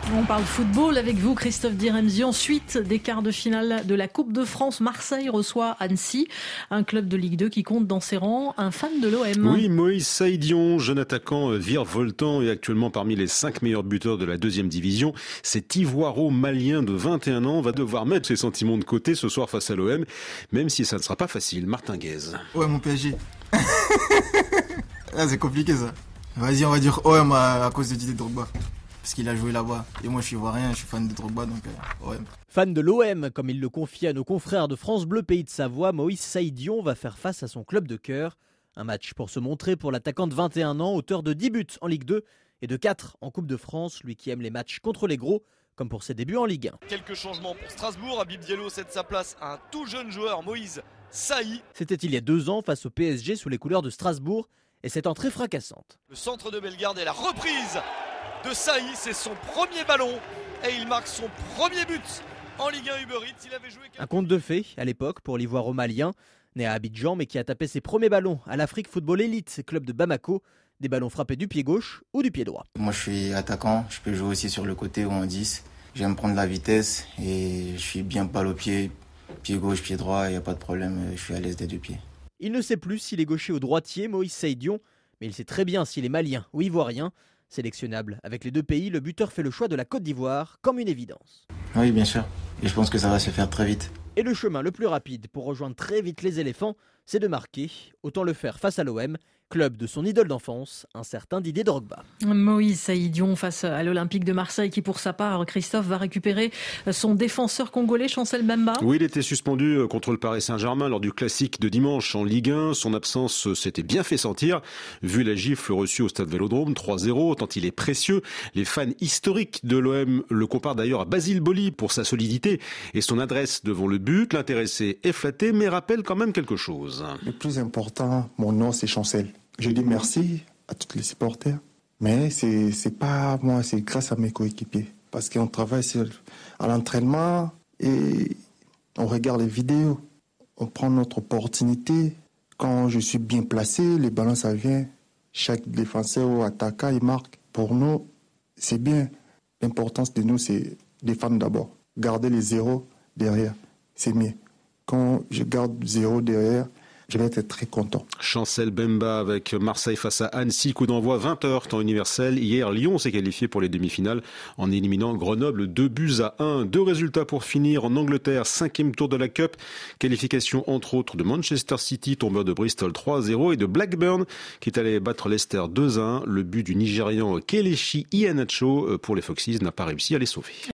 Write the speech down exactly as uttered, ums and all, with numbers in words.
On parle football avec vous, Christophe Diremzian. Suite des quarts de finale de la Coupe de France, Marseille reçoit Annecy, un club de Ligue deux qui compte dans ses rangs un fan de l'O M. Oui, Moïse Saïdion, jeune attaquant virevoltant et actuellement parmi les cinq meilleurs buteurs de la deuxième division. Cet Ivoiro-Malien de vingt et un ans va devoir mettre ses sentiments de côté ce soir face à l'O M, même si ça ne sera pas facile. Martin Guez. Ouais, mon P S G. Là, c'est compliqué ça. Vas-y, on va dire O M à, à cause de Didier Drogba. Parce qu'il a joué là-bas. Et moi, je suis ivoirien, je suis fan de Drogba, donc euh, O M. Fan de l'O M, comme il le confie à nos confrères de France Bleu Pays de Savoie, Moïse Saïdion va faire face à son club de cœur. Un match pour se montrer pour l'attaquant de vingt et un ans, auteur de dix buts en Ligue deux et de quatre en Coupe de France, lui qui aime les matchs contre les gros, comme pour ses débuts en Ligue un. Quelques changements pour Strasbourg. Habib Diallo cède sa place à un tout jeune joueur, Moïse Saï. C'était il y a deux ans face au P S G sous les couleurs de Strasbourg, et cette entrée fracassante. Le centre de Bellegarde et la reprise de Saï, c'est son premier ballon et il marque son premier but en Ligue un Uber Eats. Il avait joué un conte de fées à l'époque pour l'Ivoiro-Malien, né à Abidjan mais qui a tapé ses premiers ballons à l'Afrique Football Elite, club de Bamako, des ballons frappés du pied gauche ou du pied droit. Moi, je suis attaquant, je peux jouer aussi sur le côté ou en dix. J'aime prendre la vitesse et je suis bien balle au pied, pied gauche, pied droit, il n'y a pas de problème, je suis à l'aise des deux pieds. Il ne sait plus s'il est gaucher ou droitier, Moïse Saïdion, mais il sait très bien s'il est malien ou ivoirien. Sélectionnable avec les deux pays, le buteur fait le choix de la Côte d'Ivoire comme une évidence. Oui, bien sûr. Et je pense que ça va se faire très vite. Et le chemin le plus rapide pour rejoindre très vite les éléphants, c'est de marquer. Autant le faire face à l'O M, club de son idole d'enfance, un certain Didier Drogba. Moïse Saïdion face à l'Olympique de Marseille qui, pour sa part, Christophe, va récupérer son défenseur congolais, Chancel Mbemba. Oui, il était suspendu contre le Paris Saint-Germain lors du classique de dimanche en Ligue un. Son absence s'était bien fait sentir, vu la gifle reçue au stade Vélodrome, trois zéro, tant il est précieux. Les fans historiques de l'O M le comparent d'ailleurs à Basile Boli pour sa solidité et son adresse devant le but. L'intéressé est flatté, mais rappelle quand même quelque chose. Le plus important, mon nom, c'est Chancel. Je dis merci à tous les supporters, mais c'est c'est pas moi, c'est grâce à mes coéquipiers. Parce qu'on travaille sur, à l'entraînement et on regarde les vidéos, on prend notre opportunité. Quand je suis bien placé, les ballons ça vient. Chaque défenseur ou attaquant, il marque. Pour nous, c'est bien. L'importance de nous, c'est défendre d'abord. Garder les zéros derrière, c'est mieux. Quand je garde zéro derrière, je vais être très content. Chancel Mbemba avec Marseille face à Annecy, coup d'envoi vingt heures temps universel. Hier, Lyon s'est qualifié pour les demi-finales en éliminant Grenoble deux buts à un. Deux résultats pour finir en Angleterre, cinquième tour de la Cup. Qualification entre autres de Manchester City, tombeur de Bristol trois à zéro, et de Blackburn qui est allé battre Leicester deux à un. Le but du Nigérian Kelechi Iheanacho pour les Foxes n'a pas réussi à les sauver.